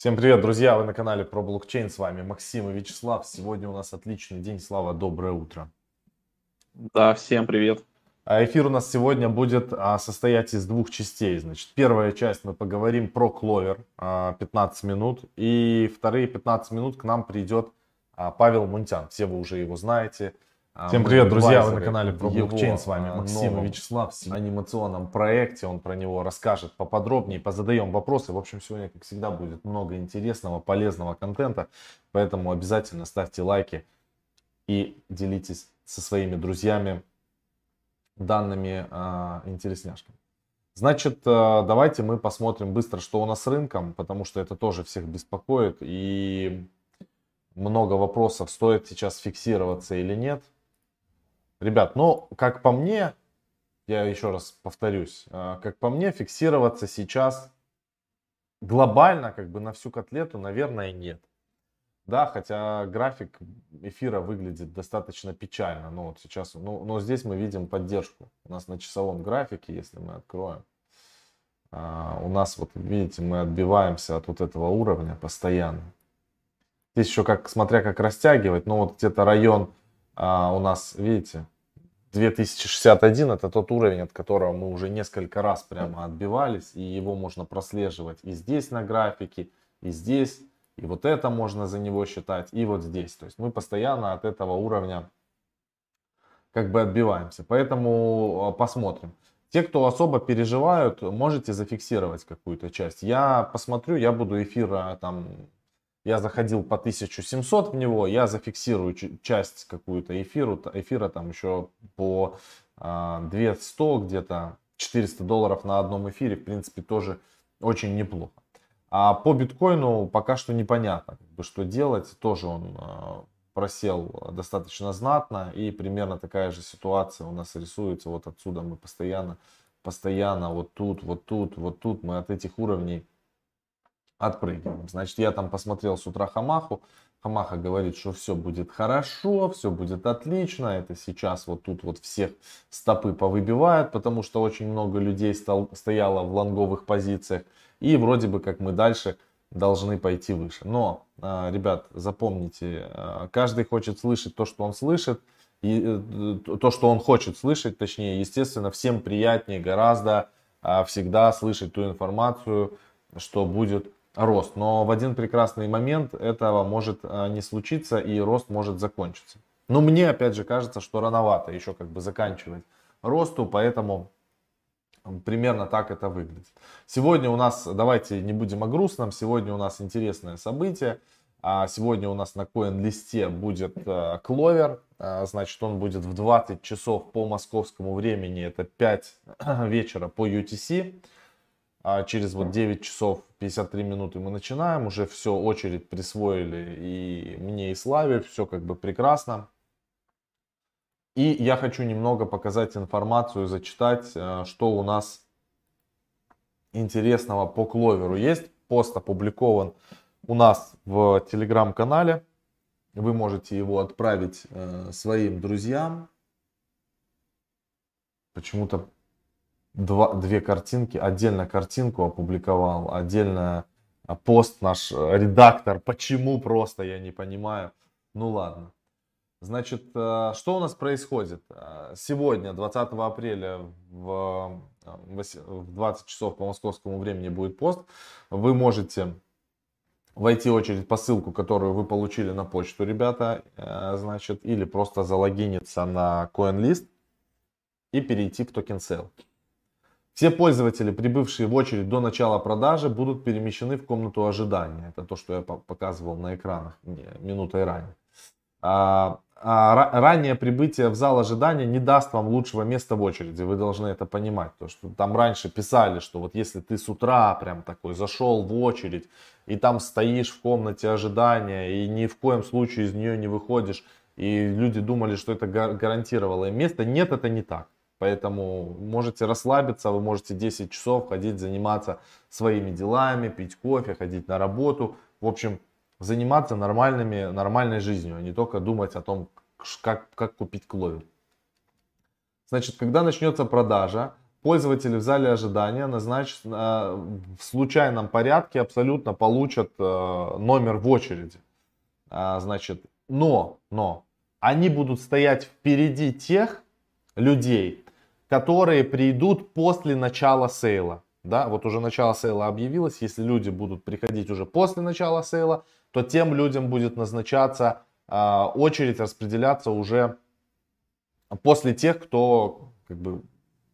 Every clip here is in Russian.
Всем привет, друзья! Вы на канале про блокчейн. С вами Максим и Вячеслав. Сегодня у нас отличный день. Слава, доброе утро. Да, всем привет. Эфир у нас сегодня будет состоять из двух частей. Значит, первая часть мы поговорим про Clover 15 минут. И вторые 15 минут к нам придет Павел Мунтян. Все вы уже его знаете. Всем привет, друзья! Вы на канале про блокчейн. С вами Максим и Вячеслав. В анимационном проекте он про него расскажет поподробнее. Позадаем вопросы. В общем, сегодня, как всегда, будет много интересного, полезного контента. Поэтому обязательно ставьте лайки и делитесь со своими друзьями данными интересняшками. Значит, давайте мы посмотрим быстро, что у нас с рынком, потому что это тоже всех беспокоит. И много вопросов, стоит сейчас фиксироваться или нет. Ребят, ну, как по мне, я еще раз повторюсь, как по мне, фиксироваться сейчас глобально, как бы на всю котлету, наверное, нет. Да, хотя график эфира выглядит достаточно печально. Ну, вот сейчас, но здесь мы видим поддержку. У нас на часовом графике, если мы откроем, у нас, вот видите, мы отбиваемся от вот этого уровня постоянно. Здесь еще смотря как растягивать, но вот где-то район у нас, видите, 2061 это тот уровень, от которого мы уже несколько раз прямо отбивались, и его можно прослеживать и здесь на графике, и здесь, и вот это можно за него считать, и вот здесь. То есть мы постоянно от этого уровня как бы отбиваемся. Поэтому посмотрим. Те, кто особо переживают, можете зафиксировать какую-то часть. Я посмотрю, я буду эфира там. Я заходил по 1700 в него, я зафиксирую часть какую-то эфира там еще по 200, где-то $400 на одном эфире, в принципе, тоже очень неплохо. А по биткоину пока что непонятно, что делать, тоже он просел достаточно знатно, и примерно такая же ситуация у нас рисуется, вот отсюда мы постоянно вот тут мы от этих уровней отпрыгиваем. Значит, я там посмотрел с утра Хамаху. Хамаха говорит, что все будет хорошо, все будет отлично. Это сейчас вот тут вот всех стопы повыбивают, потому что очень много людей стояло в лонговых позициях. И вроде бы как мы дальше должны пойти выше. Но, ребят, запомните, каждый хочет слышать то, что он слышит. И то, что он хочет слышать, точнее, естественно, всем приятнее гораздо всегда слышать ту информацию, что будет рост. Но в один прекрасный момент этого может не случиться, и рост может закончиться. Но мне, опять же, кажется, что рановато еще как бы заканчивать росту, поэтому примерно так это выглядит. Сегодня у нас, давайте не будем о грустном, сегодня у нас интересное событие. Сегодня у нас на CoinList'е будет Clover, значит, он будет в 20 часов по московскому времени, это 5 вечера по UTC. Через вот 9 часов 53 минуты мы начинаем, уже все, очередь присвоили и мне, и Славе, все как бы прекрасно. И я хочу немного показать информацию, зачитать, что у нас интересного по Кловеру есть. Пост опубликован у нас в телеграм-канале, вы можете его отправить своим друзьям. Почему-то две картинки, отдельно картинку опубликовал, отдельно пост наш редактор. Почему, просто я не понимаю. Ну ладно. Значит, что у нас происходит? Сегодня, 20 апреля в 20 часов по московскому времени будет пост. Вы можете войти в очередь по ссылку, которую вы получили на почту, ребята, значит, или просто залогиниться на CoinList и перейти в Token Sale. Все пользователи, прибывшие в очередь до начала продажи, будут перемещены в комнату ожидания. Это то, что я показывал на экранах минутой ранее. Раннее прибытие в зал ожидания не даст вам лучшего места в очереди. Вы должны это понимать. То, что там раньше писали, что вот если ты с утра прям такой зашел в очередь и там стоишь в комнате ожидания и ни в коем случае из нее не выходишь, и люди думали, что это гарантировало им место. Нет, это не так. Поэтому можете расслабиться, вы можете 10 часов ходить, заниматься своими делами, пить кофе, ходить на работу. В общем, заниматься нормальной жизнью, а не только думать о том, как купить Clover. Значит, когда начнется продажа, пользователи в зале ожидания в случайном порядке абсолютно получат номер в очереди. Значит, но они будут стоять впереди тех людей, которые придут после начала сейла. Да, вот уже начало сейла объявилось. Если люди будут приходить уже после начала сейла, то тем людям будет назначаться очередь, распределяться уже после тех, кто как бы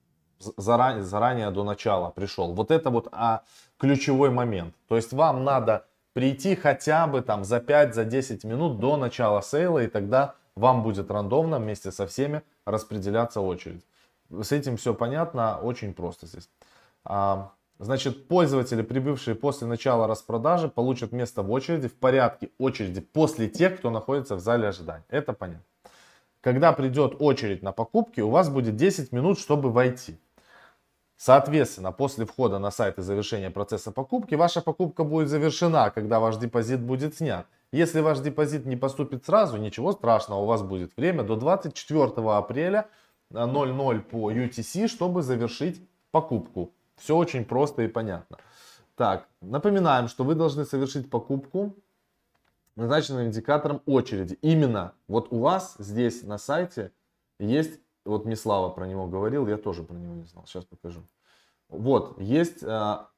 заранее до начала пришел. Вот это вот ключевой момент. То есть вам надо прийти хотя бы там за 5-10 минут до начала сейла, и тогда вам будет рандомно вместе со всеми распределяться очередь. С этим все понятно, очень просто здесь. Значит, пользователи, прибывшие после начала распродажи, получат место в очереди в порядке очереди после тех, кто находится в зале ожидания. Это понятно. Когда придет очередь на покупки, у вас будет 10 минут, чтобы войти. Соответственно, после входа на сайт и завершения процесса покупки, ваша покупка будет завершена, когда ваш депозит будет снят. Если ваш депозит не поступит сразу, ничего страшного, у вас будет время до 24 апреля 00 по UTC, чтобы завершить покупку. Все очень просто и понятно. Так, напоминаем, что вы должны совершить покупку назначенным индикатором очереди. Именно вот у вас здесь на сайте есть, вот Мислава про него говорил, я тоже про него не знал, сейчас покажу. Вот, есть Quote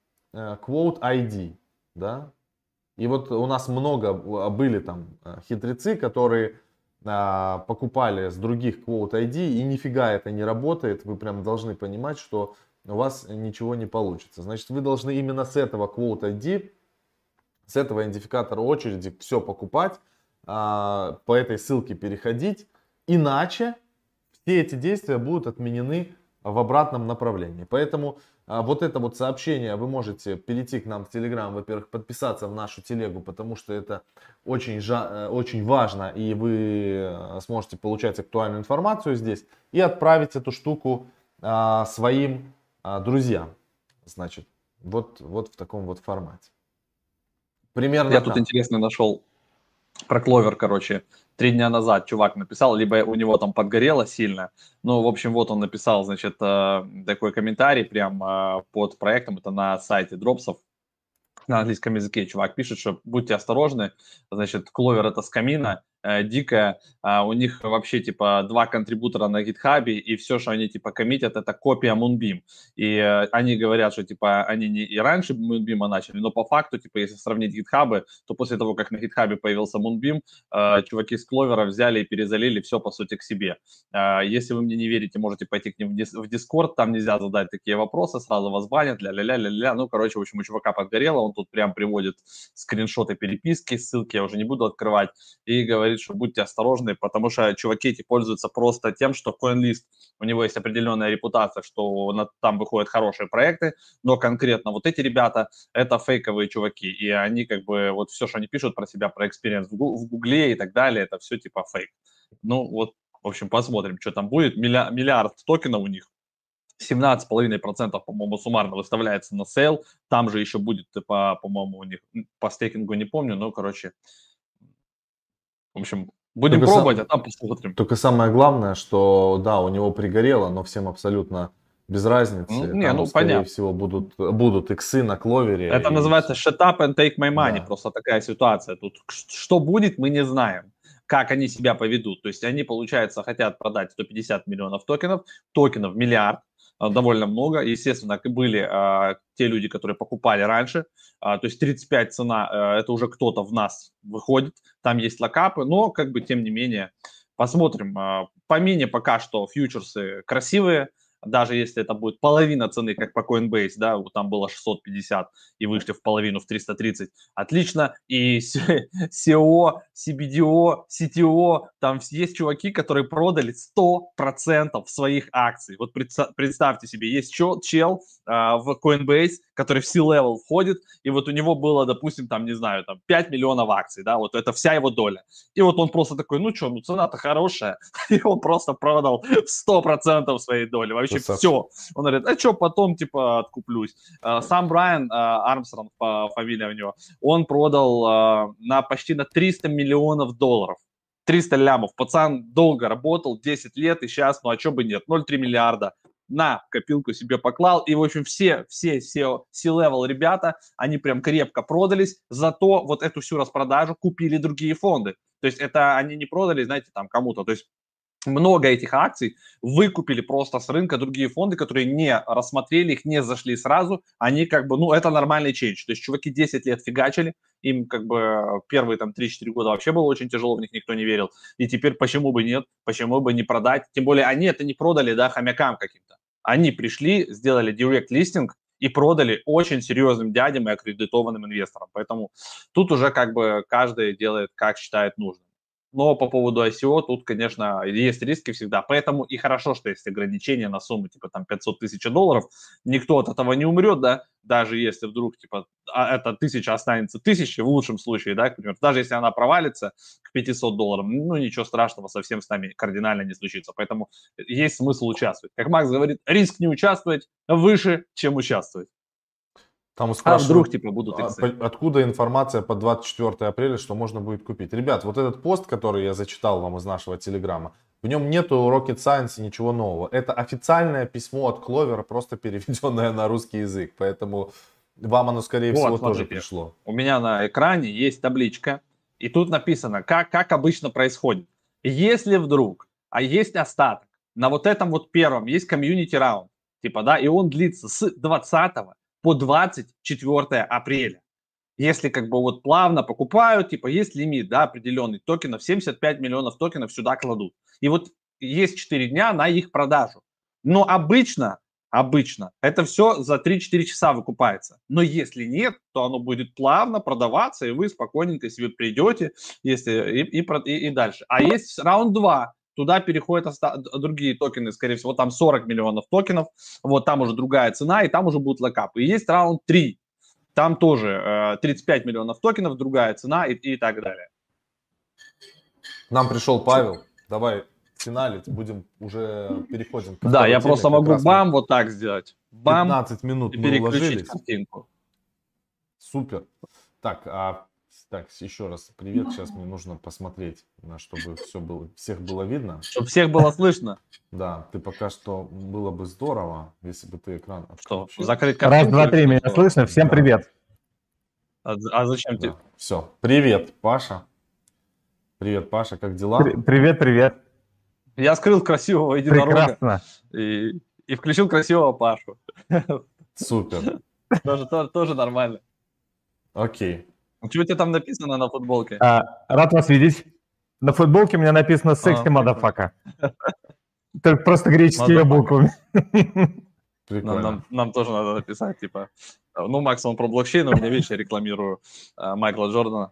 ID, да, и вот у нас много были там хитрецы, которые покупали с других Quote ID, и нифига это не работает, вы прям должны понимать, что у вас ничего не получится. Значит, вы должны именно с этого Quote ID, с этого идентификатора очереди все покупать, по этой ссылке переходить, иначе все эти действия будут отменены в обратном направлении. Поэтому вот это вот сообщение вы можете перейти к нам в Telegram, во-первых, подписаться в нашу телегу, потому что это очень важно, и вы сможете получать актуальную информацию здесь, и отправить эту штуку своим друзьям. Значит, вот в таком вот формате. Примерно Я тут интересно нашел про Clover, 3 дня назад чувак написал, либо у него там подгорело сильно, но, в общем, вот он написал, значит, такой комментарий прям под проектом, это на сайте Дропсов, на английском языке чувак пишет, что будьте осторожны, значит, Clover это скамина дикая, у них вообще типа 2 контрибутора на GitHub, и все, что они типа коммитят, это копия Moonbeam, и они говорят, что типа они не и раньше Moonbeam начали, но по факту, типа, если сравнить GitHub, то после того, как на GitHub появился Moonbeam, чуваки с Clover взяли и перезалили все по сути к себе. Если вы мне не верите, можете пойти к ним в Discord, там нельзя задать такие вопросы, сразу вас банят, ля-ля-ля-ля-ля, ну, короче, в общем, у чувака подгорело, он тут прям приводит скриншоты переписки, ссылки я уже не буду открывать, и говорит, что будьте осторожны, потому что чуваки эти пользуются просто тем, что CoinList, у него есть определенная репутация, что там выходят хорошие проекты, но конкретно вот эти ребята, это фейковые чуваки, и они как бы, вот все, что они пишут про себя, про экспириенс в Гугле и так далее, это все типа фейк. Ну вот, в общем, посмотрим, что там будет. Миллиард токенов у них. 17,5%, по-моему, суммарно выставляется на сейл. Там же еще будет, по-моему, у них по стейкингу не помню, но, короче, в общем, будем пробовать, а там посмотрим. Только самое главное, что, да, у него пригорело, но всем абсолютно без разницы. Там, скорее понятно. Всего, будут иксы на кловере. Это называется shut up and take my money. Да. Просто такая ситуация. Тут что будет, мы не знаем. Как они себя поведут. То есть они, получается, хотят продать 150 миллионов токенов миллиард. Довольно много. Естественно, были те люди, которые покупали раньше. То есть 35 цена, это уже кто-то в нас выходит. Там есть локапы, но как бы тем не менее посмотрим. По мине пока что фьючерсы красивые. Даже если это будет половина цены, как по Coinbase, да, вот там было 650 и вышли в половину в 330, отлично. И SEO, CBDO, CTO, там есть чуваки, которые продали 100% своих акций. Вот представьте себе, есть чел в Coinbase, который в C-level входит, и вот у него было, допустим, там, не знаю, там 5 миллионов акций, да, вот это вся его доля. И вот он просто такой, ну что, ну цена-то хорошая, и он просто продал 100% своей доли. Вообще все. Он говорит, а что, потом, типа, откуплюсь. Сам Брайан Армстронг, по фамилии у него, он продал почти на 300 миллионов долларов. 300 лямов. Пацан долго работал, 10 лет, и сейчас, ну а что бы нет, 0,3 миллиарда. на копилку себе поклал. И, в общем, все C-level ребята, они прям крепко продались, зато вот эту всю распродажу купили другие фонды. То есть это они не продали, знаете, там кому-то. То есть много этих акций выкупили просто с рынка другие фонды, которые не рассмотрели их, не зашли сразу. Они как бы, ну, это нормальный чейндж. То есть чуваки 10 лет фигачили, им как бы первые там 3-4 года вообще было очень тяжело, в них никто не верил. И теперь почему бы нет, почему бы не продать? Тем более они это не продали, да, хомякам каким-то. Они пришли, сделали direct listing и продали очень серьезным дядям и аккредитованным инвесторам. Поэтому тут уже как бы каждый делает, как считает нужным. Но по поводу ICO тут, конечно, есть риски всегда. Поэтому и хорошо, что есть ограничения на сумму типа там 500 тысяч долларов. Никто от этого не умрет, да, даже если вдруг типа эта 1000 останется 1000 в лучшем случае, да, например, даже если она провалится к 500 долларам, ну ничего страшного совсем с нами кардинально не случится. Поэтому есть смысл участвовать. Как Макс говорит, риск не участвовать выше, чем участвовать. Там А вдруг, типа, будут иксы? откуда информация по 24 апреля, что можно будет купить? Ребят, вот этот пост, который я зачитал вам из нашего телеграма, в нем нету rocket science и ничего нового. Это официальное письмо от Clover, просто переведенное на русский язык. Поэтому вам оно, скорее всего, тоже пришло. У меня на экране есть табличка, и тут написано, как обычно происходит. Если вдруг, а есть остаток, на вот этом вот первом есть комьюнити раунд, типа, да, и он длится с 20 по 24 апреля. Если как бы вот плавно покупают, типа есть лимит, да, определенный токенов, 75 миллионов токенов сюда кладут. И вот есть 4 дня на их продажу. Но обычно это все за 3-4 часа выкупается. Но если нет, то оно будет плавно продаваться, и вы спокойненько себе придете если, и дальше. А есть раунд 2. Туда переходят другие токены, скорее всего, там 40 миллионов токенов, вот там уже другая цена, и там уже будут локапы. И есть раунд 3, там тоже 35 миллионов токенов, другая цена и так далее. Нам пришел Павел, давай финалить, будем уже переходим. Да, я просто могу бам вот так сделать. Бам, 15 минут мы уложились. Картинку. Супер. Так, еще раз привет. Сейчас мне нужно посмотреть, чтобы всех было видно. Чтобы всех было слышно. Да, ты пока что было бы здорово, если бы ты экран отключил. Что, закрыть картинку? Раз, два, три, меня слышно? Всем да. Привет. А зачем тебе? Все. Привет, Паша. Привет, Паша, как дела? Привет. Я скрыл красивого единорога. Прекрасно. И включил красивого Пашу. Супер. Тоже нормально. Окей. Что у тебя там написано на футболке? Рад вас видеть. На футболке у меня написано «Секси мадафака». Только просто греческими буквами. Нам тоже надо написать, типа, ну, Макс, он про блокчейн, у меня, видишь, я рекламирую Майкла Джордана.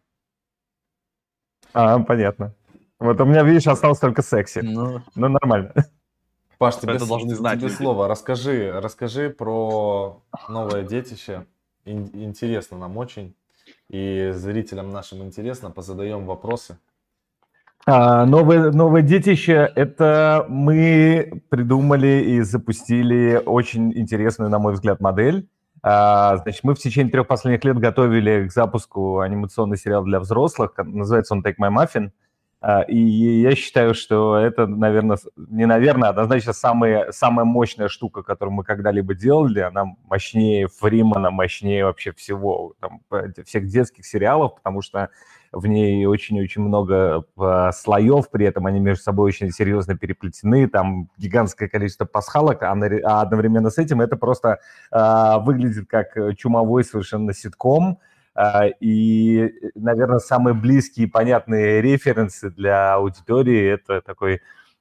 Понятно. Вот у меня, видишь, осталось только секси. Ну, нормально. Паш, тебе слово. Расскажи про новое детище. Интересно нам очень. И зрителям нашим интересно, позадаем вопросы. Новое детище – это мы придумали и запустили очень интересную, на мой взгляд, модель. Значит, мы в течение 3 последних лет готовили к запуску анимационный сериал для взрослых. Называется он «Take My Muffin». И я считаю, что это, однозначно самая мощная штука, которую мы когда-либо делали. Она мощнее Фримана, мощнее вообще всего, всех детских сериалов, потому что в ней очень-очень много слоев, при этом они между собой очень серьезно переплетены, там гигантское количество пасхалок, а одновременно с этим это просто выглядит как чумовой совершенно ситком. И, наверное, самые близкие и понятные референсы для аудитории – это такой,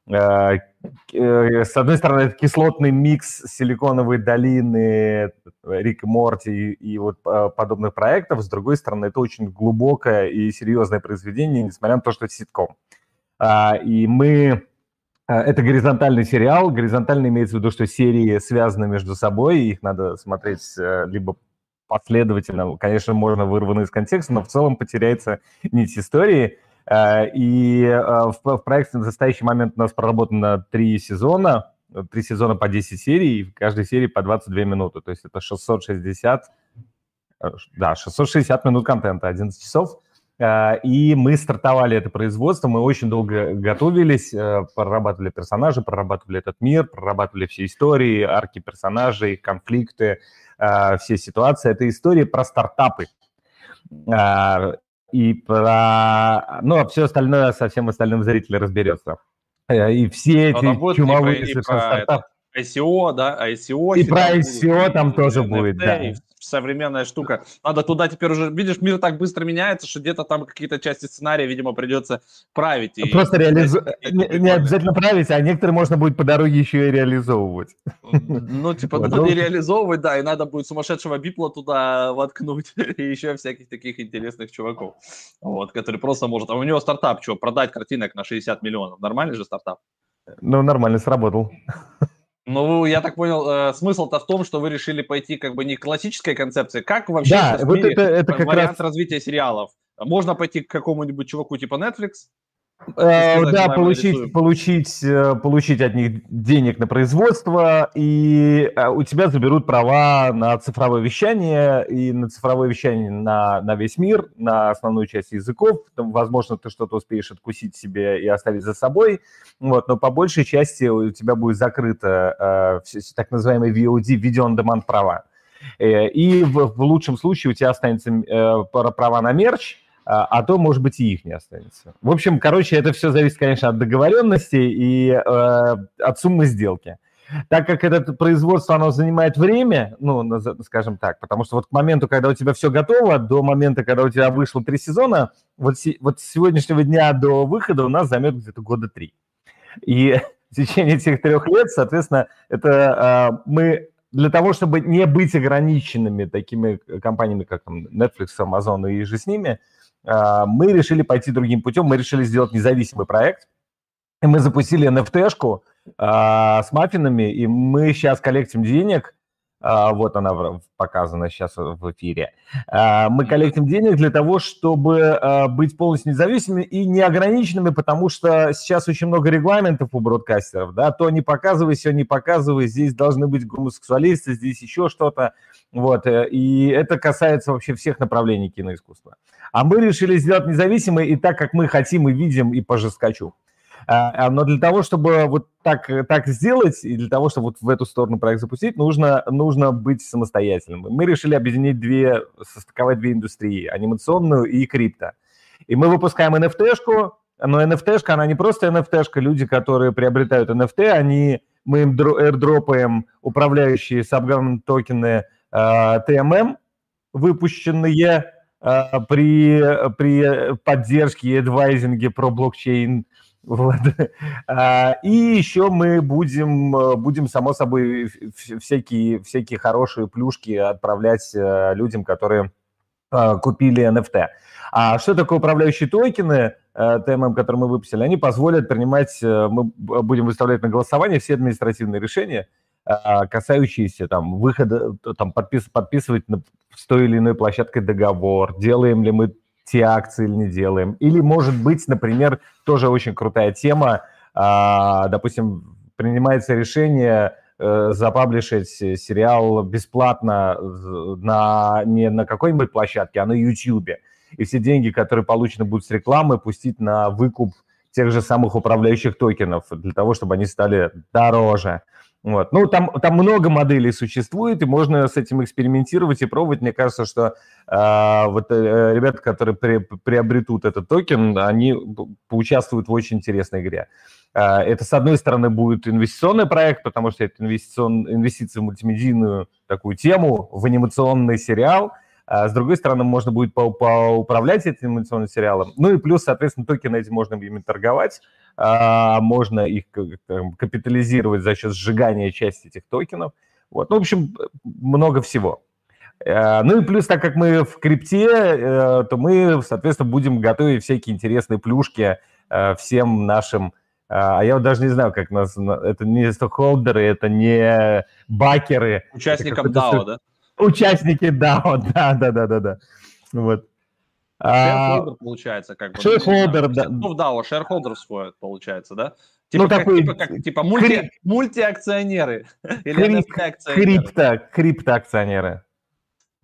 с одной стороны, это кислотный микс Силиконовой долины, Рик и Морти и вот подобных проектов. С другой стороны, это очень глубокое и серьезное произведение, несмотря на то, что это ситком. И это горизонтальный сериал. Горизонтально имеется в виду, что серии связаны между собой, их надо смотреть либо последовательно, конечно, можно вырвано из контекста, но в целом потеряется нить истории. И в проекте на настоящий момент у нас проработано 3 сезона по 10 серий, и в каждой серии по 22 минуты. То есть это 660 минут контента, 11 часов. И мы стартовали это производство, мы очень долго готовились, прорабатывали персонажей, прорабатывали этот мир, прорабатывали все истории, арки персонажей, конфликты, все ситуации. Это история про стартапы. И про... Ну, а все остальное, со всем остальным зритель разберется. И все эти чумовые совершенно стартапы. ICO, да, ICO. И про ICO там тоже будет, да. Современная штука. Надо туда теперь уже... Видишь, мир так быстро меняется, что где-то там какие-то части сценария, видимо, придется править. Просто не обязательно править, а некоторые можно будет по дороге еще и реализовывать. Ну, типа, и реализовывать, да, и надо будет сумасшедшего бипла туда воткнуть, и еще всяких таких интересных чуваков, вот, который просто может... А у него стартап, что, продать картинок на 60 миллионов. Нормальный же стартап? Ну, нормально, сработал. Ну, я так понял, смысл-то в том, что вы решили пойти как бы не классической концепции. Как вообще да, вот это как вариант развития сериалов? Можно пойти к какому-нибудь чуваку типа Netflix? Да, получить от них денег на производство, и у тебя заберут права на цифровое вещание, и на цифровое вещание на весь мир, на основную часть языков. Там, возможно, ты что-то успеешь откусить себе и оставить за собой, вот, но по большей части у тебя будет закрыто так называемый VOD, Video on Demand права. И в лучшем случае у тебя останется права на мерч, а то, может быть, и их не останется. В общем, короче, это все зависит, конечно, от договоренности и от суммы сделки. Так как это производство, оно занимает время, ну, скажем так, потому что вот к моменту, когда у тебя все готово, до момента, когда у тебя вышло 3 сезона, вот с сегодняшнего дня до выхода у нас займет где-то года 3. И в течение этих 3 лет, соответственно, это мы... Для того, чтобы не быть ограниченными такими компаниями, как там Netflix, Amazon и же с ними, мы решили пойти другим путем, мы решили сделать независимый проект, и мы запустили NFT-шку с маффинами, и мы сейчас коллектим денег, вот она показана сейчас в эфире, мы коллектим денег для того, чтобы быть полностью независимыми и неограниченными, потому что сейчас очень много регламентов у бродкастеров, да, то не показывай, все не показывай, здесь должны быть гомосексуалисты, здесь еще что-то, вот, и это касается вообще всех направлений киноискусства. А мы решили сделать независимые и так, как мы хотим и видим, и по жесткачу. Но для того, чтобы вот так сделать, и для того, чтобы вот в эту сторону проект запустить, нужно быть самостоятельным. Мы решили объединить состыковать 2 индустрии, анимационную и крипто. И мы выпускаем NFT-шку, но NFT-шка, она не просто NFT-шка. Люди, которые приобретают NFT, мы им airdropаем управляющие Subgovernment токены TMM, выпущенные при поддержке и адвайзинге про блокчейн. Вот. И еще мы будем, само собой, всякие хорошие плюшки отправлять людям, которые купили NFT. А что такое управляющие токены, TMM, которые мы выпустили? Они позволят принимать, мы будем выставлять на голосование все административные решения, касающиеся там выхода, там подписывать с той или иной площадкой договор, делаем ли мы те акции или не делаем. Или, может быть, например, тоже очень крутая тема, допустим, принимается решение запаблишить сериал бесплатно не на какой-нибудь площадке, а на YouTube. И все деньги, которые получены будут с рекламы, пустить на выкуп тех же самых управляющих токенов, для того, чтобы они стали дороже. Вот. Ну, там много моделей существует, и можно с этим экспериментировать и пробовать. Мне кажется, что ребята, которые приобретут этот токен, они поучаствуют в очень интересной игре. Это, с одной стороны, будет инвестиционный проект, потому что это инвестиции в мультимедийную такую тему, в анимационный сериал. С другой стороны, можно будет поуправлять этим анимационным сериалом. Ну и плюс, соответственно, токены эти можно ими торговать. Можно их капитализировать за счет сжигания части этих токенов. Вот. Ну, в общем, много всего. Ну и плюс, так как мы в крипте, то мы, соответственно, будем готовить всякие интересные плюшки всем нашим... А я вот даже не знаю, как нас... Это не стокхолдеры, это не бакеры. Участникам DAO, да? Участники DAO, да. Вот. Shareholder, получается, как бы. Shareholder, да. Ну, в DAO shareholders входят, получается, да? Типа мультиакционеры или NFT-акционеры. Криптоакционеры.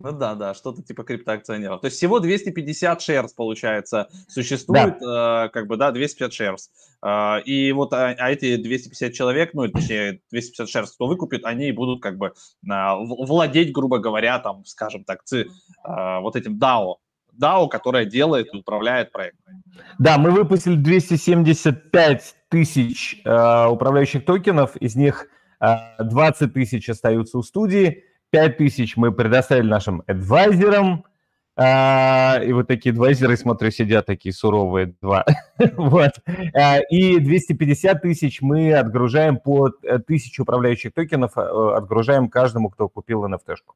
Ну да, что-то типа криптоакционеров. То есть всего 250 shares, получается, существует, Да. как бы, да, 250 shares. И вот эти 250 человек, ну, точнее, 250 shares, кто выкупит, они будут как бы владеть, грубо говоря, там, скажем так, вот этим DAO, которое делает и управляет проектом. Да, мы выпустили 275 тысяч управляющих токенов, из них 20 тысяч остаются у студии, 5 тысяч мы предоставили нашим адвайзерам, и вот такие адвайзеры, смотрю, сидят такие суровые два. Вот. И 250 тысяч мы отгружаем по 1000 управляющих токенов, отгружаем каждому, кто купил NFT-шку.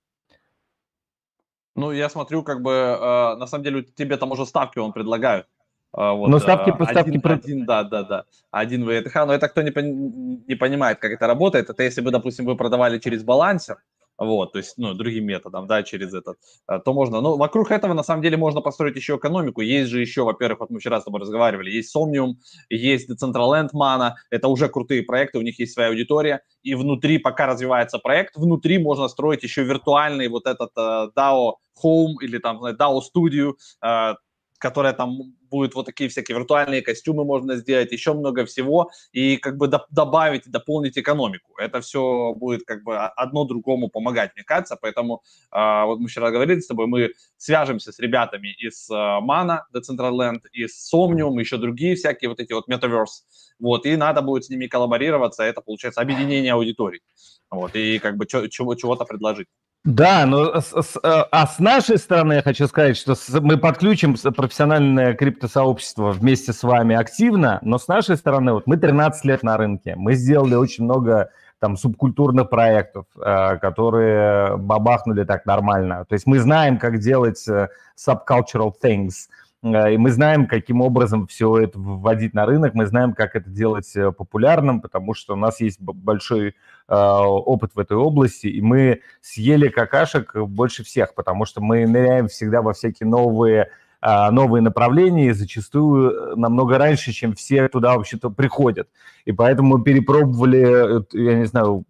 Ну, я смотрю, как бы, на самом деле, тебе там уже ставки он предлагают. Но Вот, ставки по ставке... да. Один ВТХ, но это кто не понимает, как это работает, это если бы, допустим, вы продавали через балансер, вот, то есть, ну, другим методом, да, через этот, то можно. Но вокруг этого, на самом деле, можно построить еще экономику. Есть же еще, во-первых, вот мы вчера с тобой разговаривали, есть Somnium, есть Decentraland Mana, это уже крутые проекты, у них есть своя аудитория, и внутри, пока развивается проект, внутри можно строить еще виртуальный вот этот DAO Home или там DAO Studio, которая там будет вот такие всякие виртуальные костюмы можно сделать, еще много всего, и как бы добавить, дополнить экономику. Это все будет как бы одно другому помогать, мне кажется, поэтому вот мы вчера говорили с тобой, мы свяжемся с ребятами из Mana, Decentraland, из Somnium, еще другие всякие вот эти вот Metaverse, вот, и надо будет с ними коллаборироваться, это получается объединение аудиторий, вот, и как бы чего-то предложить. Да, но с нашей стороны я хочу сказать, что мы подключим профессиональное криптосообщество вместе с вами активно, но с нашей стороны, вот мы 13 лет на рынке, мы сделали очень много там субкультурных проектов, которые бабахнули так нормально. То есть мы знаем, как делать subcultural things, и мы знаем, каким образом все это вводить на рынок, мы знаем, как это делать популярным, потому что у нас есть большой опыт в этой области, и мы съели какашек больше всех, потому что мы ныряем всегда во всякие новые направления, и зачастую намного раньше, чем все туда вообще-то приходят. И поэтому мы перепробовали, я не знаю,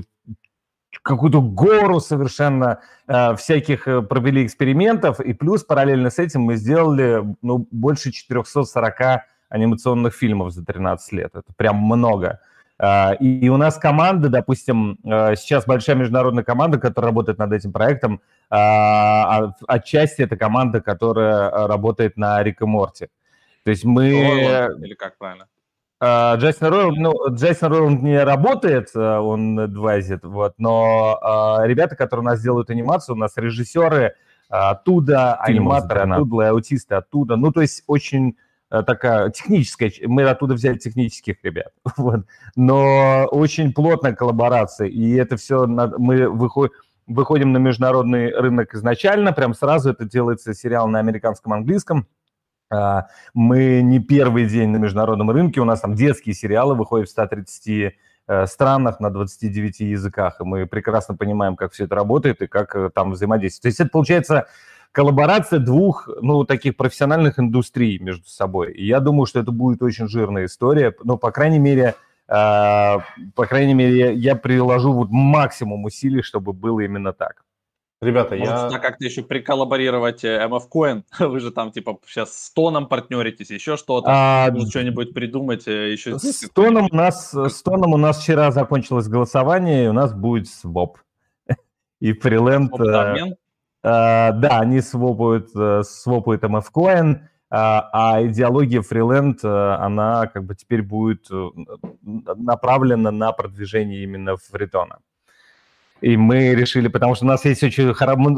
какую-то гору совершенно всяких провели экспериментов, и плюс параллельно с этим мы сделали больше 440 анимационных фильмов за 13 лет. Это прям много. И у нас команда, допустим, сейчас большая международная команда, которая работает над этим проектом, отчасти это команда, которая работает на Рик и Морти. То есть мы... Или как правильно? Джейсон Ройланд не работает, он адвайзит, вот, но ребята, которые у нас делают анимацию, у нас режиссеры оттуда, аниматоры оттуда, аутисты оттуда, ну, то есть очень такая техническая, мы оттуда взяли технических ребят, вот, но очень плотная коллаборация, и это все, мы выходим на международный рынок изначально, прям сразу это делается сериал на американском, английском. Мы не первый день на международном рынке, у нас там детские сериалы выходят в 130 странах на 29 языках, и мы прекрасно понимаем, как все это работает и как там взаимодействовать. То есть это получается коллаборация двух, таких профессиональных индустрий между собой. И я думаю, что это будет очень жирная история, но, по крайней мере, я приложу вот максимум усилий, чтобы было именно так. Ребята, Может, как-то еще приколлаборировать MF Coin? Вы же там, типа, сейчас с Тоном партнеритесь, еще что-то. Может, что-нибудь придумать еще здесь? С Тоном у нас вчера закончилось голосование, и у нас будет своп. И Freeland... Да, они свопают MF Coin, а идеология Freeland, она как бы теперь будет направлена на продвижение именно фритона. И мы решили, потому что у нас есть очень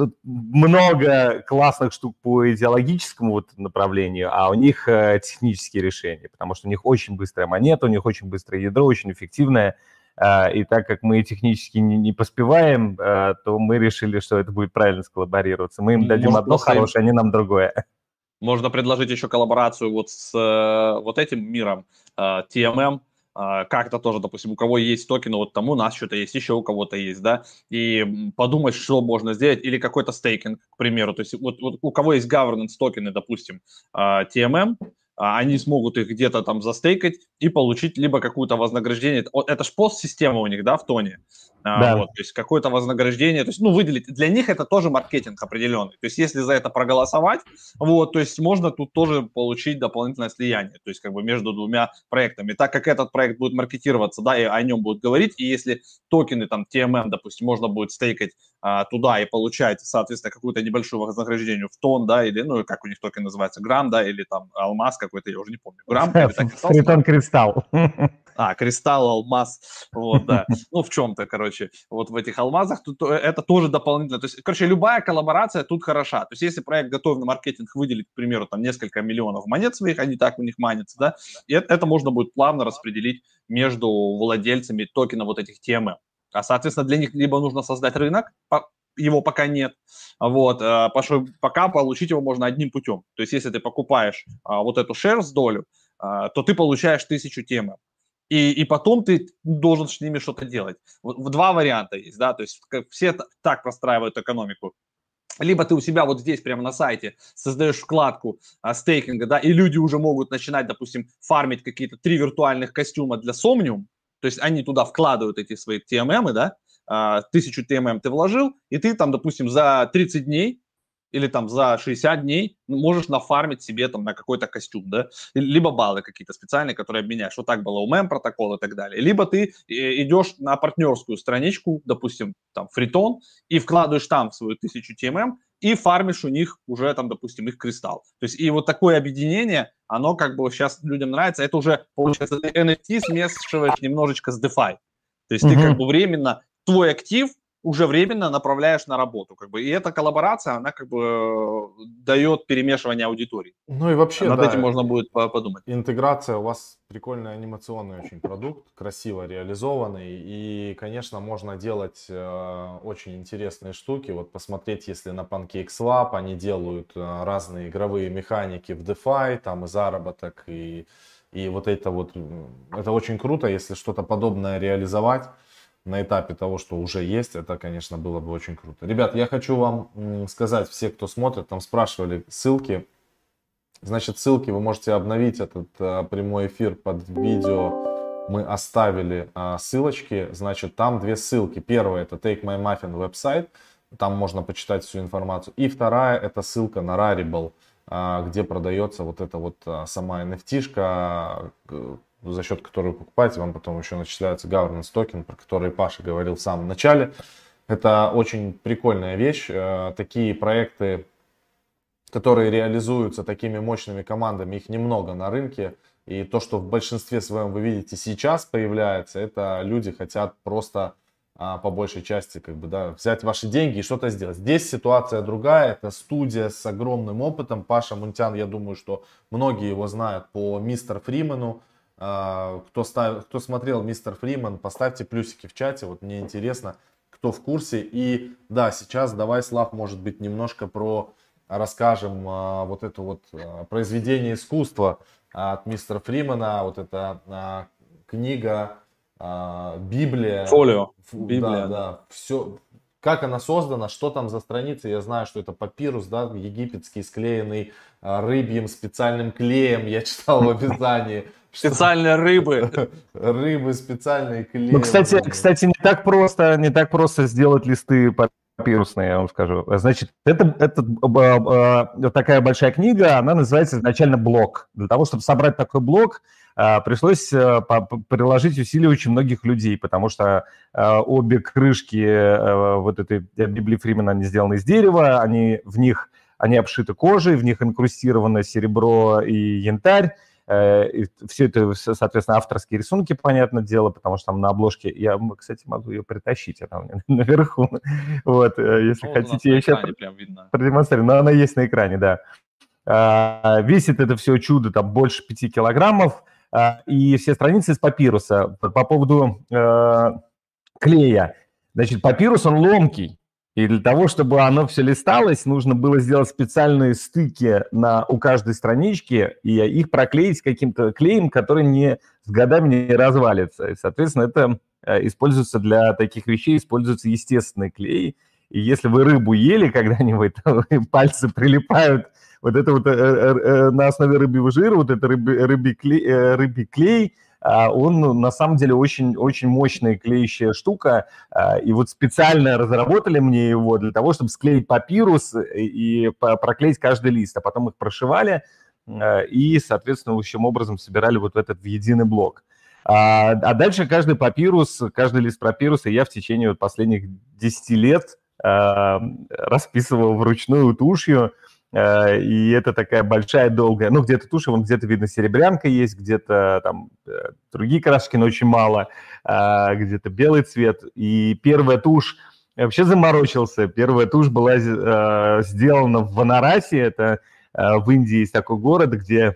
много классных штук по идеологическому вот направлению, а у них технические решения, потому что у них очень быстрая монета, у них очень быстрое ядро, очень эффективное. И так как мы технически не поспеваем, то мы решили, что это будет правильно сколлаборироваться. Мы им дадим одно хорошее, они нам другое. Можно предложить еще коллаборацию вот с вот этим миром, TMM, как-то тоже, допустим, у кого есть токены, вот там у нас что-то есть, еще у кого-то есть, да, и подумать, что можно сделать, или какой-то стейкинг, к примеру, то есть вот у кого есть governance токены, допустим, TMM, они смогут их где-то там застейкать и получить либо какое-то вознаграждение. Это ж пост-система у них, да, в Тоне. Да. Вот, то есть какое-то вознаграждение, то есть, ну, выделить. Для них это тоже маркетинг определенный. То есть если за это проголосовать, вот, то есть можно тут тоже получить дополнительное слияние, то есть как бы между двумя проектами. Так как этот проект будет маркетироваться, да, и о нем будут говорить, и если токены, там, TMM, допустим, можно будет стейкать туда и получать, соответственно, какое-то небольшое вознаграждение в тон, да, или, ну, как у них токен называется, грамм, да, или там алмаз какой-то, я уже не помню, грамм или так. Фритон Кристалл. Кристалл, алмаз, вот, да, ну, в чем-то, короче, вот в этих алмазах, тут это тоже дополнительно, то есть, короче, любая коллаборация тут хороша, то есть, если проект готов на маркетинг выделить, к примеру, там, несколько миллионов монет своих, они так у них манятся, да, и это можно будет плавно распределить между владельцами токенов вот этих TMM, соответственно, для них либо нужно создать рынок, его пока нет, вот, пока получить его можно одним путем, то есть, если ты покупаешь вот эту shares долю, то ты получаешь 1000 TMM. И потом ты должен с ними что-то делать. Вот два варианта есть, да, то есть все так простраивают экономику. Либо ты у себя вот здесь прямо на сайте создаешь вкладку стейкинга, да, и люди уже могут начинать, допустим, фармить какие-то 3 виртуальных костюма для Somnium, то есть они туда вкладывают эти свои TMM, да, 1000 TMM ты вложил, и ты там, допустим, за 30 дней или там за 60 дней можешь нафармить себе там на какой-то костюм, да, либо баллы какие-то специальные, которые обменяешь. Вот так было у MEM протокола и так далее. Либо ты идешь на партнерскую страничку, допустим, там, Фритон, и вкладываешь там свою 1000 TMM и фармишь у них уже там, допустим, их кристалл. То есть и вот такое объединение, оно как бы сейчас людям нравится. Это уже, получается, ты NFT смешиваешь немножечко с DeFi. То есть ты как бы временно, твой актив уже временно направляешь на работу, как бы, и эта коллаборация, она как бы дает перемешивание аудиторий. Ну и вообще, над да, этим можно будет подумать. Интеграция, у вас прикольный анимационный очень продукт, красиво реализованный, и, конечно, можно делать очень интересные штуки. Вот посмотреть, если на PancakeSwap они делают разные игровые механики в DeFi, там и заработок, и вот это очень круто, если что-то подобное реализовать на этапе того, что уже есть, это, конечно, было бы очень круто. Ребят, я хочу вам сказать, все, кто смотрит, там спрашивали ссылки. Значит, ссылки вы можете обновить этот прямой эфир под видео. Мы оставили ссылочки. Значит, там две ссылки. Первая — это Take My Muffin веб-сайт. Там можно почитать всю информацию. И вторая — это ссылка на Rarible, где продается вот эта вот сама NFT-шка, за счет которой вы покупаете, вам потом еще начисляется governance токен, про который Паша говорил в самом начале. Это очень прикольная вещь. Такие проекты, которые реализуются такими мощными командами, их немного на рынке. И то, что в большинстве своем вы видите сейчас появляется, это люди хотят просто по большей части как бы, да, взять ваши деньги и что-то сделать. Здесь ситуация другая, это студия с огромным опытом. Паша Мунтян, я думаю, что многие его знают по Мистер Фримену. Кто смотрел Мистер Фриман, поставьте плюсики в чате, вот мне интересно, кто в курсе. И да, сейчас давай, Слав, может быть, немножко расскажем вот это вот произведение искусства от Мистера Фримана, вот эта книга, Библия. Фолио. Библия, да, все. Как она создана, что там за страницы, я знаю, что это папирус, да, египетский, склеенный рыбьим специальным клеем, я читал в описании. Специальные рыбы. Рыбы, специальные клеи. Ну, кстати, не так просто сделать листы папирусные, я вам скажу. Значит, это такая большая книга, она называется изначально блок. Для того, чтобы собрать такой блок, пришлось приложить усилия очень многих людей, потому что обе крышки вот этой Библии Фримена, они сделаны из дерева, они обшиты кожей, в них инкрустировано серебро и янтарь. И все это, соответственно, авторские рисунки, понятное дело, потому что там на обложке, я, кстати, могу ее притащить, она у меня наверху. Вот, если хотите, я сейчас продемонстрирую, но она есть на экране, да. Весит это все чудо там больше 5 килограммов, и все страницы из папируса. По поводу клея. Значит, папирус, он ломкий. И для того, чтобы оно все листалось, нужно было сделать специальные стыки у каждой странички и их проклеить каким-то клеем, который с годами не развалится. И, соответственно, это используется для таких вещей, используется естественный клей. И если вы рыбу ели когда-нибудь, то пальцы прилипают вот это вот на основе рыбьего жира, вот это рыбий клей, он на самом деле очень мощная клеящая штука, и вот специально разработали мне его для того, чтобы склеить папирус и проклеить каждый лист, а потом их прошивали и, соответственно, общим образом собирали вот этот в единый блок. А дальше каждый лист папируса я в течение вот последних 10 лет расписывал вручную тушью, и это такая большая, долгая, ну, где-то тушь, вон где-то видно серебрянка есть, где-то там другие краски, но очень мало, где-то белый цвет. И первая тушь, я вообще заморочился, первая тушь была сделана в Варанаси, это в Индии есть такой город, где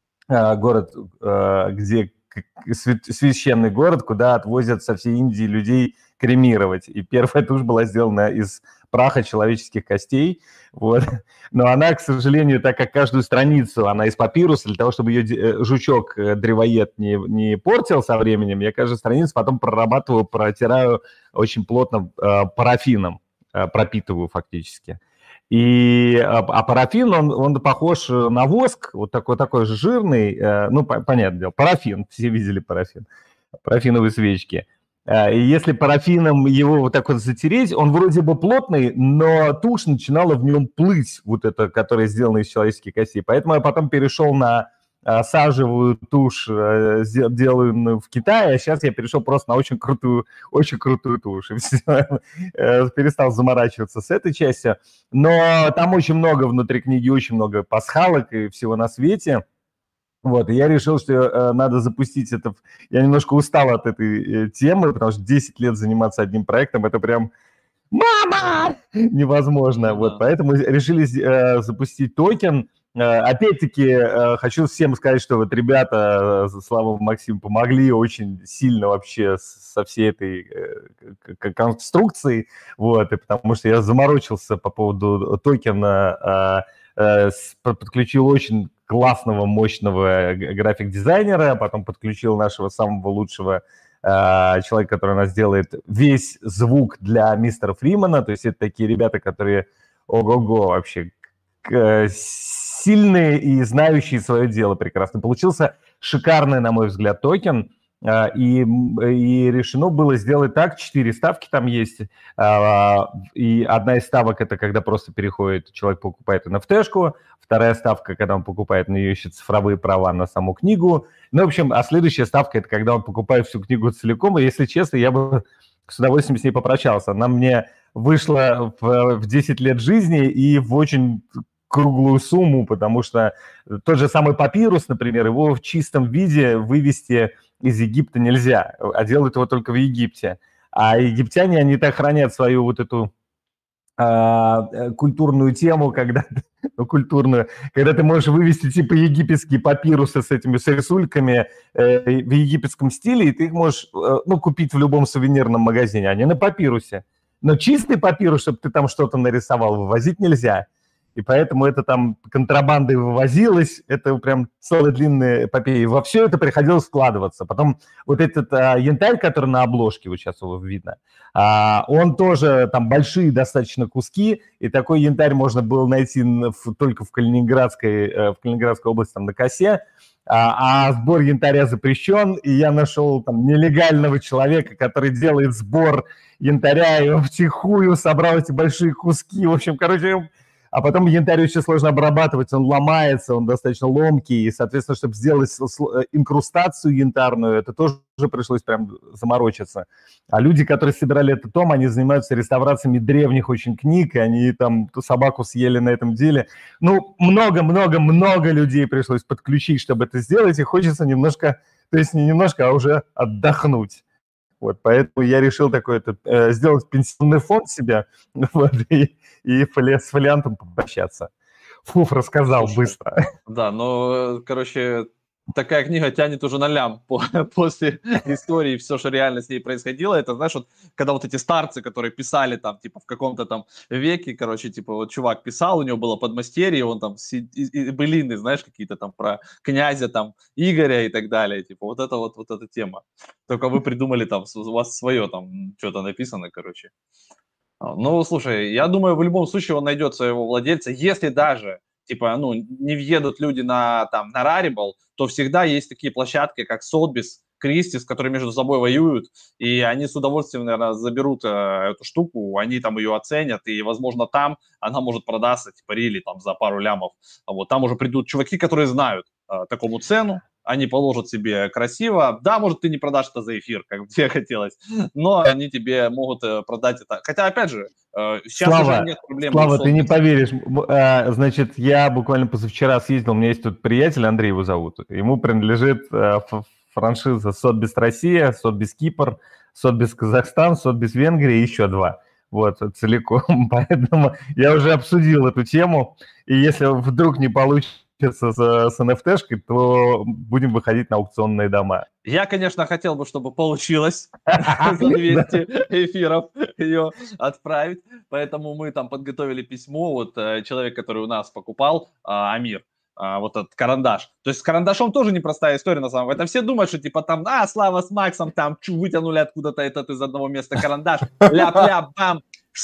священный город, куда отвозят со всей Индии людей кремировать. И первая тушь была сделана из праха человеческих костей. Вот. Но она, к сожалению, так как каждую страницу, она из папируса, для того, чтобы ее жучок-древоед не портил со временем, я каждую страницу потом прорабатываю, протираю очень плотно парафином, пропитываю фактически. А парафин, он похож на воск, вот такой же жирный, ну, понятное дело, парафин, все видели парафин, парафиновые свечки. И если парафином его вот так вот затереть, он вроде бы плотный, но тушь начинала в нем плыть, вот это, которая сделана из человеческих костей. Поэтому я потом перешел на сажевую тушь, делаемую в Китае, а сейчас я перешел просто на очень крутую тушь. И все, перестал заморачиваться с этой частью. Но там очень много внутри книги, очень много пасхалок и всего на свете. Вот, и я решил, что надо запустить это. Я немножко устал от этой темы, потому что 10 лет заниматься одним проектом, это прям «Мама!» невозможно. Да. Вот, поэтому решили запустить токен. Опять-таки, хочу всем сказать, что вот ребята, Слава, Максим, помогли очень сильно вообще со всей этой конструкцией, вот, и потому что я заморочился по поводу токена, подключил очень классного, мощного график-дизайнера, потом подключил нашего самого лучшего человека, который у нас делает весь звук для мистера Фримана, то есть это такие ребята, которые ого-го вообще сильные и знающие свое дело прекрасно. Получился шикарный, на мой взгляд, токен, и решено было сделать так, 4 ставки там есть, и одна из ставок – это когда просто переходит, человек покупает NFT-шку, вторая ставка, когда он покупает на нее еще цифровые права на саму книгу, ну, в общем, а следующая ставка – это когда он покупает всю книгу целиком, и, если честно, я бы с удовольствием с ней попрощался. Она мне вышла в 10 лет жизни и в очень круглую сумму, потому что тот же самый папирус, например, его в чистом виде вывести из Египта нельзя, а делают его только в Египте. А египтяне, они так хранят свою вот эту культурную тему, когда ты можешь вывести типа египетские папирусы с рисульками в египетском стиле, и ты их можешь купить в любом сувенирном магазине, а не на папирусе. Но чистый папирус, чтобы ты там что-то нарисовал, вывозить нельзя. И поэтому это там контрабандой вывозилось, это прям целая длинная эпопея. И во все это приходилось вкладываться. Потом вот этот янтарь, который на обложке, вот сейчас его видно, он тоже там большие достаточно куски, и такой янтарь можно было найти только в Калининградской области, там на Косе. А сбор янтаря запрещен, и я нашел там нелегального человека, который делает сбор янтаря, и он втихую собрал эти большие куски. В общем, короче... А потом янтарь очень сложно обрабатывать, он ломается, он достаточно ломкий, и, соответственно, чтобы сделать инкрустацию янтарную, это тоже пришлось прям заморочиться. А люди, которые собирали этот том, они занимаются реставрациями древних очень книг, и они там ту собаку съели на этом деле. Ну, много-много-много людей пришлось подключить, чтобы это сделать, и хочется немножко, то есть не немножко, а уже отдохнуть. Вот, поэтому я решил сделать пенсионный фонд себе, вот, и с фолиантом попрощаться. Фуф, рассказал. Слушай, быстро. Да, но, короче, такая книга тянет уже на лям после истории, все, что реально с ней происходило. Это, знаешь, вот, когда вот эти старцы, которые писали там, типа, в каком-то там веке, короче, типа, вот чувак писал, у него было подмастерье, он там, былины, знаешь, какие-то там про князя там Игоря и так далее, типа, вот эта тема. Только вы придумали там, у вас свое там, что-то написано, короче. Ну, слушай, я думаю, в любом случае он найдет своего владельца, если даже, типа, не въедут люди на Rarible, то всегда есть такие площадки, как Sotheby's, Кристис, которые между собой воюют, и они с удовольствием, наверное, заберут эту штуку, они там ее оценят, и, возможно, там она может продаться, типа, рили там за пару лямов. Вот там уже придут чуваки, которые знают такому цену, они положат себе красиво. Да, может, ты не продашь это за эфир, как тебе хотелось, но они тебе могут продать это. Хотя, опять же, сейчас уже нет проблем. Слава, ты не поверишь. Значит, я буквально позавчера съездил, у меня есть тут приятель, Андрей его зовут. Ему принадлежит франшиза Sotheby's Россия, Sotheby's Кипр, Sotheby's Казахстан, Sotheby's Венгрия и еще 2. Вот, целиком. Поэтому я уже обсудил эту тему. И если вдруг не получится с NFT-шкой, то будем выходить на аукционные дома. Я, конечно, хотел бы, чтобы получилось за 200 эфиров ее отправить, поэтому мы там подготовили письмо, вот человек, который у нас покупал, Амир, вот этот карандаш. То есть с карандашом тоже непростая история на самом деле. Это все думают, что типа там, Слава с Максом там вытянули откуда-то этот из одного места карандаш, ляп-ляп, бам,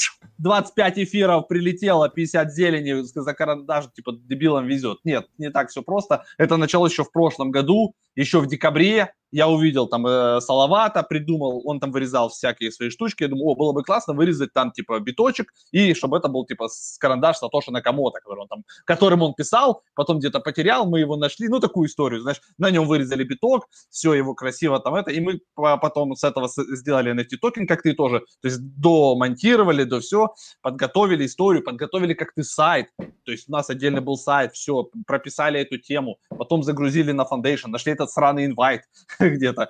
25 эфиров прилетело, 50 зелени за карандаш, типа дебилам везет. Нет, не так все просто. Это началось еще в прошлом году, еще в декабре. Я увидел там Салавата, придумал, он там вырезал всякие свои штучки. Я думаю, было бы классно вырезать там типа биточек, и чтобы это был типа карандаш Сатоши Накамото, которым он писал, потом где-то потерял, мы его нашли, ну такую историю, знаешь, на нем вырезали биток, все его красиво там это, и мы потом с этого сделали NFT токен, как ты тоже, то есть домонтировали, до все, подготовили историю, подготовили как ты сайт, то есть у нас отдельно был сайт, все, прописали эту тему, потом загрузили на Foundation, нашли этот сраный инвайт где-то,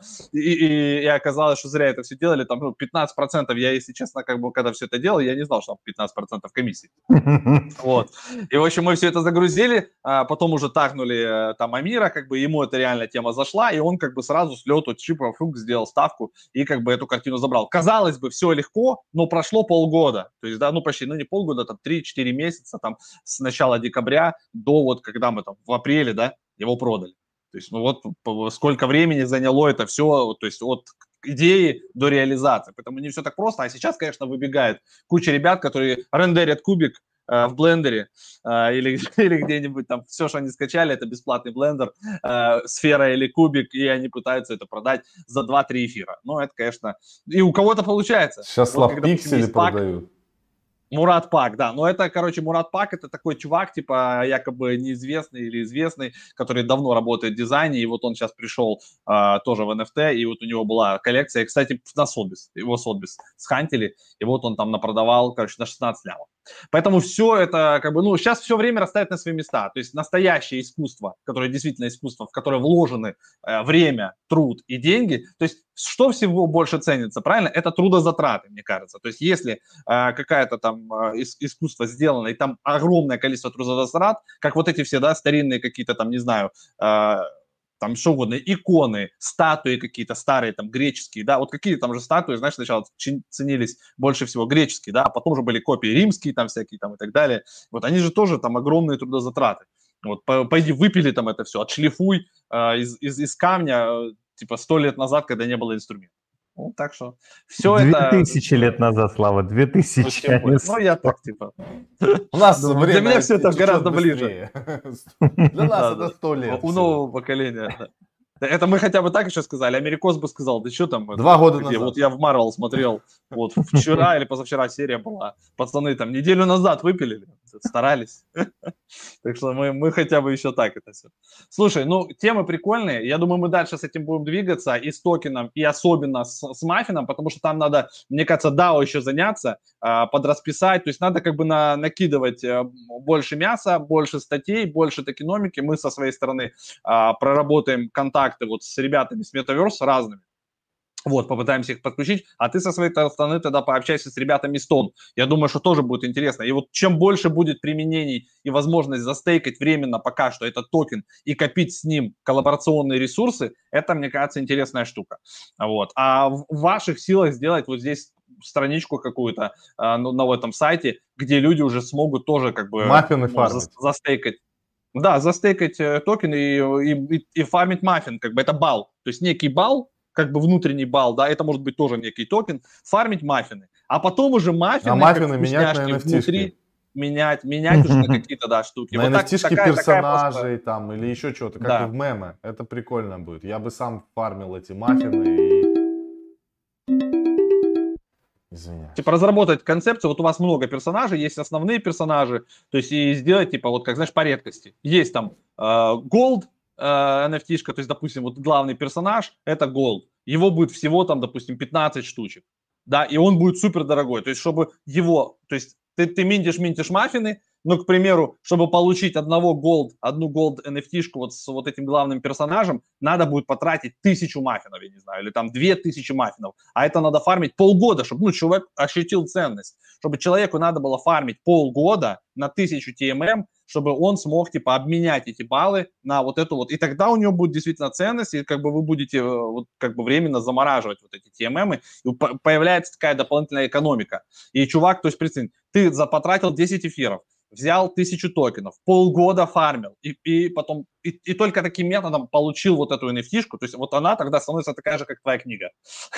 и оказалось, что зря это все делали, там 15%, я, если честно, как бы, когда все это делал, я не знал, что там 15% комиссии. Вот. И, в общем, мы все это загрузили, потом уже тагнули там Амира, как бы ему эта реально тема зашла, и он как бы сразу с лету чипа фук сделал ставку и как бы эту картину забрал. Казалось бы, все легко, но прошло полгода, то есть, да, ну почти, ну не полгода, там 3-4 месяца, там с начала декабря до вот, когда мы там в апреле, да, его продали. То есть, ну вот сколько времени заняло это все, то есть от идеи до реализации. Поэтому не все так просто. А сейчас, конечно, выбегает куча ребят, которые рендерят кубик в блендере или где-нибудь там. Все, что они скачали, это бесплатный блендер, сфера или кубик, и они пытаются это продать за 2-3 эфира. Ну, это, конечно... И у кого-то получается. Сейчас вот, лав-пиксели продают. Мурат Пак, да, но это, короче, Мурат Пак, это такой чувак, типа, якобы неизвестный или известный, который давно работает в дизайне, и вот он сейчас пришел тоже в NFT, и вот у него была коллекция, кстати, на Sotheby's, его Sotheby's схантили, и вот он там напродавал, короче, на 16 лямов. Поэтому все это, как бы, ну, сейчас все время расставить на свои места, то есть настоящее искусство, которое действительно искусство, в которое вложены время, труд и деньги, то есть что всего больше ценится, правильно? Это трудозатраты, мне кажется. То есть если какая-то там искусство сделано, и там огромное количество трудозатрат, как вот эти все, да, старинные какие-то там, не знаю, там что угодно, иконы, статуи какие-то старые, там, греческие, да, вот какие там же статуи, знаешь, сначала ценились больше всего греческие, да, а потом же были копии римские там всякие там и так далее, вот они же тоже там огромные трудозатраты, вот, пойди выпили там это все, отшлифуй из камня, типа 100 лет назад, когда не было инструментов. Ну, так что все 2000 лет назад, Слава, 2000. Ну, я так, типа... У нас для меня все это гораздо ближе. Для нас это 100 лет. У нового поколения, да. Это мы хотя бы так еще сказали. Америкос бы сказал, да что там? 2 года назад. Вот я в Марвел смотрел, вот вчера или позавчера серия была. Пацаны там неделю назад выпилили, старались. Так что мы хотя бы еще так это все. Слушай, ну темы прикольные. Я думаю, мы дальше с этим будем двигаться и с токеном, и особенно с маффином, потому что там надо, мне кажется, DAO еще заняться, подрасписать. То есть надо как бы накидывать больше мяса, больше статей, больше токеномики. Мы со своей стороны проработаем контакты вот с ребятами с Metaverse разными. Вот, попытаемся их подключить, а ты со своей стороны тогда пообщайся с ребятами из ТОН. Я думаю, что тоже будет интересно. И вот чем больше будет применений и возможность застейкать временно пока что этот токен и копить с ним коллаборационные ресурсы, это, мне кажется, интересная штука. Вот. А в ваших силах сделать вот здесь страничку какую-то на этом сайте, где люди уже смогут тоже как бы застейкать. Да, застейкать токен и фармить маффин, как бы это балл. То есть некий балл, как бы внутренний балл, да, это может быть тоже некий токен, фармить маффины. А потом уже маффины, маффины менять на NFT-шки. менять уже на какие-то, да, штуки. На вот NFT-шки такая персонажей там или еще что-то, как Да. и в мемы. Это прикольно будет. Я бы сам фармил эти маффины и... Извиняюсь. Типа разработать концепцию, вот у вас много персонажей, есть основные персонажи, то есть и сделать, типа, вот как, знаешь, по редкости. Есть там Gold NFT-шка, то есть, допустим, вот главный персонаж, это Gold. Его будет всего там, допустим, 15 штучек, да, и он будет супер дорогой, то есть, чтобы его, то есть, ты минтишь маффины, но, к примеру, чтобы получить одну Gold NFT-шку вот с вот этим главным персонажем, надо будет потратить 1000 маффинов, я не знаю, или там 2000 маффинов. А это надо фармить полгода, чтобы, ну, человек ощутил ценность. Чтобы человеку надо было фармить полгода на 1000 TMM, чтобы он смог, типа, обменять эти баллы на вот эту вот. И тогда у него будет действительно ценность, и как бы вы будете вот, как бы временно замораживать вот эти TMM, и появляется такая дополнительная экономика. И чувак, то есть, представь, ты потратил 10 эфиров, взял 1000 токенов, полгода фармил, и потом, и только таким методом получил вот эту NFT-шку, то есть вот она тогда становится такая же, как твоя книга.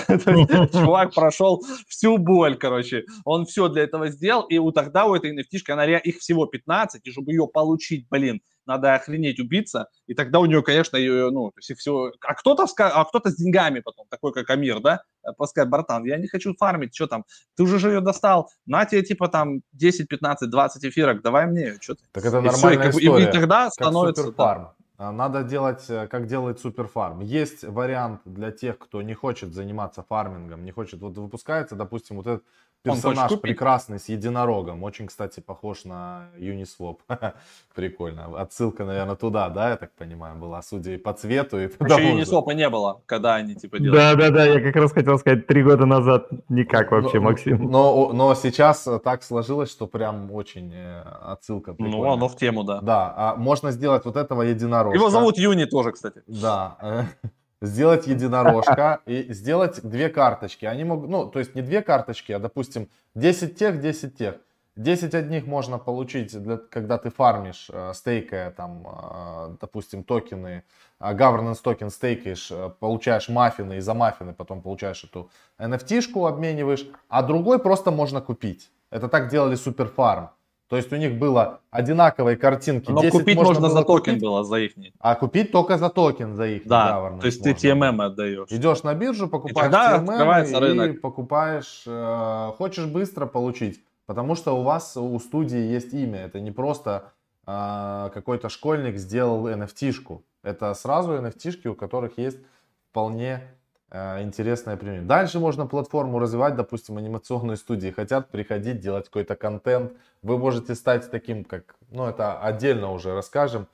Чувак прошел всю боль, короче, он все для этого сделал, и тогда у этой NFT-шки, их всего 15, и чтобы ее получить, блин, надо охренеть убиться, и тогда у нее, конечно, ну, то есть все, а кто-то с деньгами потом, такой как Амир, да, пускай, братан, я не хочу фармить, что там, ты уже же ее достал, на тебе, типа, там, 10, 15, 20 эфирок, давай мне, что ты. Так это нормальная история, и тогда как становится... суперфарм. Надо делать, как делает суперфарм. Есть вариант для тех, кто не хочет заниматься фармингом, не хочет, вот выпускается, допустим, вот этот персонаж прекрасный с единорогом, очень, кстати, похож на Uniswap, прикольно, отсылка, наверное, туда, да, я так понимаю, была, судя и по цвету. И еще Uniswap не было, когда они, типа, делали. Да, я как раз хотел сказать, 3 года назад никак вообще, Максим. Но сейчас так сложилось, что прям очень отсылка прикольная. Ну, оно в тему, да. Да, можно сделать вот этого единорожка. Его зовут Юни тоже, кстати. Да, сделать единорожка и сделать 2 карточки. Они могут, ну, то есть не 2 карточки, а, допустим, 10 тех, 10 тех. 10 одних можно получить, когда ты фармишь, стейкая там, допустим, токены, governance токен стейкаешь, получаешь маффины, и за маффины потом получаешь эту NFT-шку, обмениваешь, а другой просто можно купить. Это так делали суперфарм. То есть у них было одинаковые картинки. Но купить можно за токен было, за их. А купить только за токен, за их. Да, то есть ты TMM отдаешь. Идешь на биржу, покупаешь TMM и покупаешь, хочешь быстро получить. Потому что у вас, у студии есть имя. Это не просто какой-то школьник сделал NFT-шку. Это сразу NFT-шки, у которых есть вполне интересное применение. Дальше можно платформу развивать, допустим, анимационные студии хотят приходить, делать какой-то контент. Вы можете стать таким, как, ну это отдельно уже расскажем,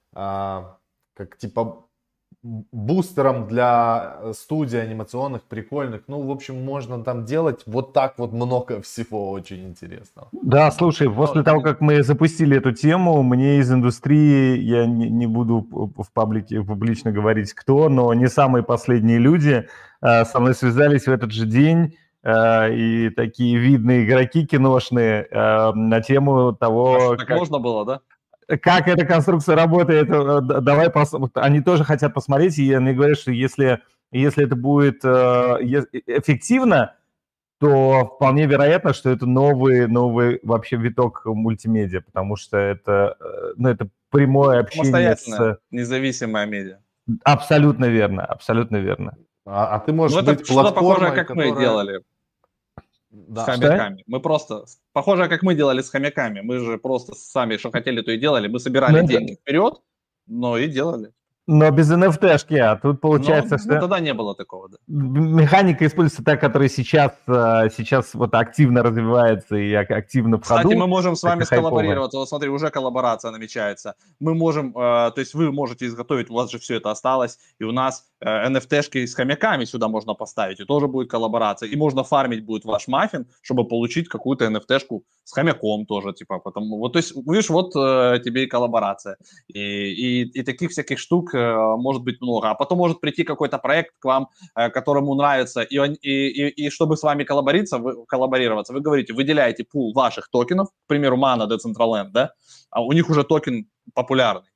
как типа бустером для студий анимационных, прикольных. Ну, в общем, можно там делать вот так вот много всего очень интересного. Да, слушай, после того, как мы запустили эту тему, мне из индустрии, я не буду в публично говорить кто, но не самые последние люди со мной связались в этот же день, и такие видные игроки киношные на тему того... Так можно было, да? Как эта конструкция работает, давай они тоже хотят посмотреть, и они говорят, что если это будет эффективно, то вполне вероятно, что это новый вообще виток мультимедиа, потому что это прямое общение с... независимая медиа. Абсолютно верно, абсолютно верно. А ты можешь быть это что-то похожее, как мы делали. Да. С хомяками. Мы просто, похоже, как мы делали с хомяками. Мы же просто сами, что хотели, то и делали. Мы собирали деньги вперед, но и делали. Но без NFT-шки, а тут получается, что... тогда не было такого, да. Механика используется та, которая сейчас вот активно развивается и активно в ходу. Кстати, мы можем с вами сколлаборироваться. Вот смотри, уже коллаборация намечается. Мы можем, то есть вы можете изготовить, у вас же все это осталось, и у нас NFT-шки с хомяками сюда можно поставить, и тоже будет коллаборация. И можно фармить будет ваш маффин, чтобы получить какую-то NFT-шку с хомяком тоже, типа, потому, вот, то есть, видишь, вот тебе и коллаборация. И таких всяких штук может быть много. А потом может прийти какой-то проект к вам, которому нравится, и чтобы с вами коллаборироваться, вы говорите, выделяете пул ваших токенов, к примеру, Mana Decentraland, да, а у них уже токен популярный.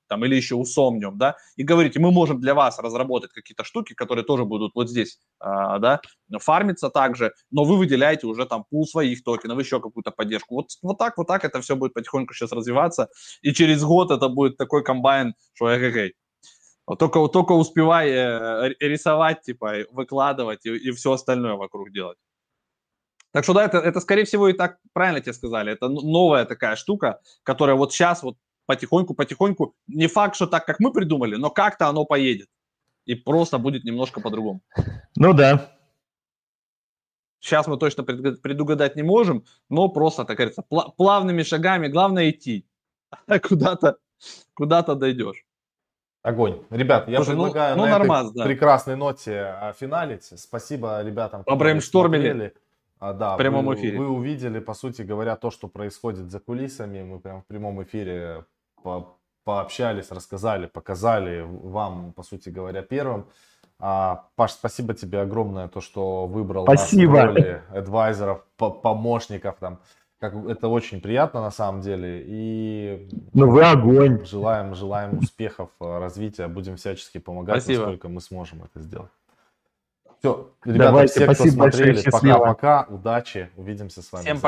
там, или еще усомнем, да, и говорите, мы можем для вас разработать какие-то штуки, которые тоже будут вот здесь, да, фармиться также, но вы выделяете уже там пул своих токенов, еще какую-то поддержку. Вот так это все будет потихоньку сейчас развиваться, и через год это будет такой комбайн, что эгэгэй. Вот только успевай рисовать, типа, выкладывать и все остальное вокруг делать. Так что да, это скорее всего и так правильно тебе сказали. Это новая такая штука, которая вот сейчас вот потихоньку, не факт, что так, как мы придумали, но как-то оно поедет. И просто будет немножко по-другому. Ну да. Сейчас мы точно предугадать не можем, но просто, так говорится, плавными шагами, главное идти. Куда-то дойдешь. Огонь. Ребят, я предлагаю на этой прекрасной ноте финалить. Спасибо ребятам, которые смотрели. Да, в прямом эфире. Вы увидели, по сути говоря, то, что происходит за кулисами. Мы прям в прямом эфире пообщались, рассказали, показали вам, по сути говоря, первым. Паш, спасибо тебе огромное, то, что выбрал нас в роли адвайзеров, помощников. Там. Это очень приятно на самом деле. И вы огонь. Желаем успехов, развития. Будем всячески помогать, спасибо. Насколько мы сможем это сделать. Все, ребята, все, кто смотрели, пока-пока, удачи, увидимся с вами. Всем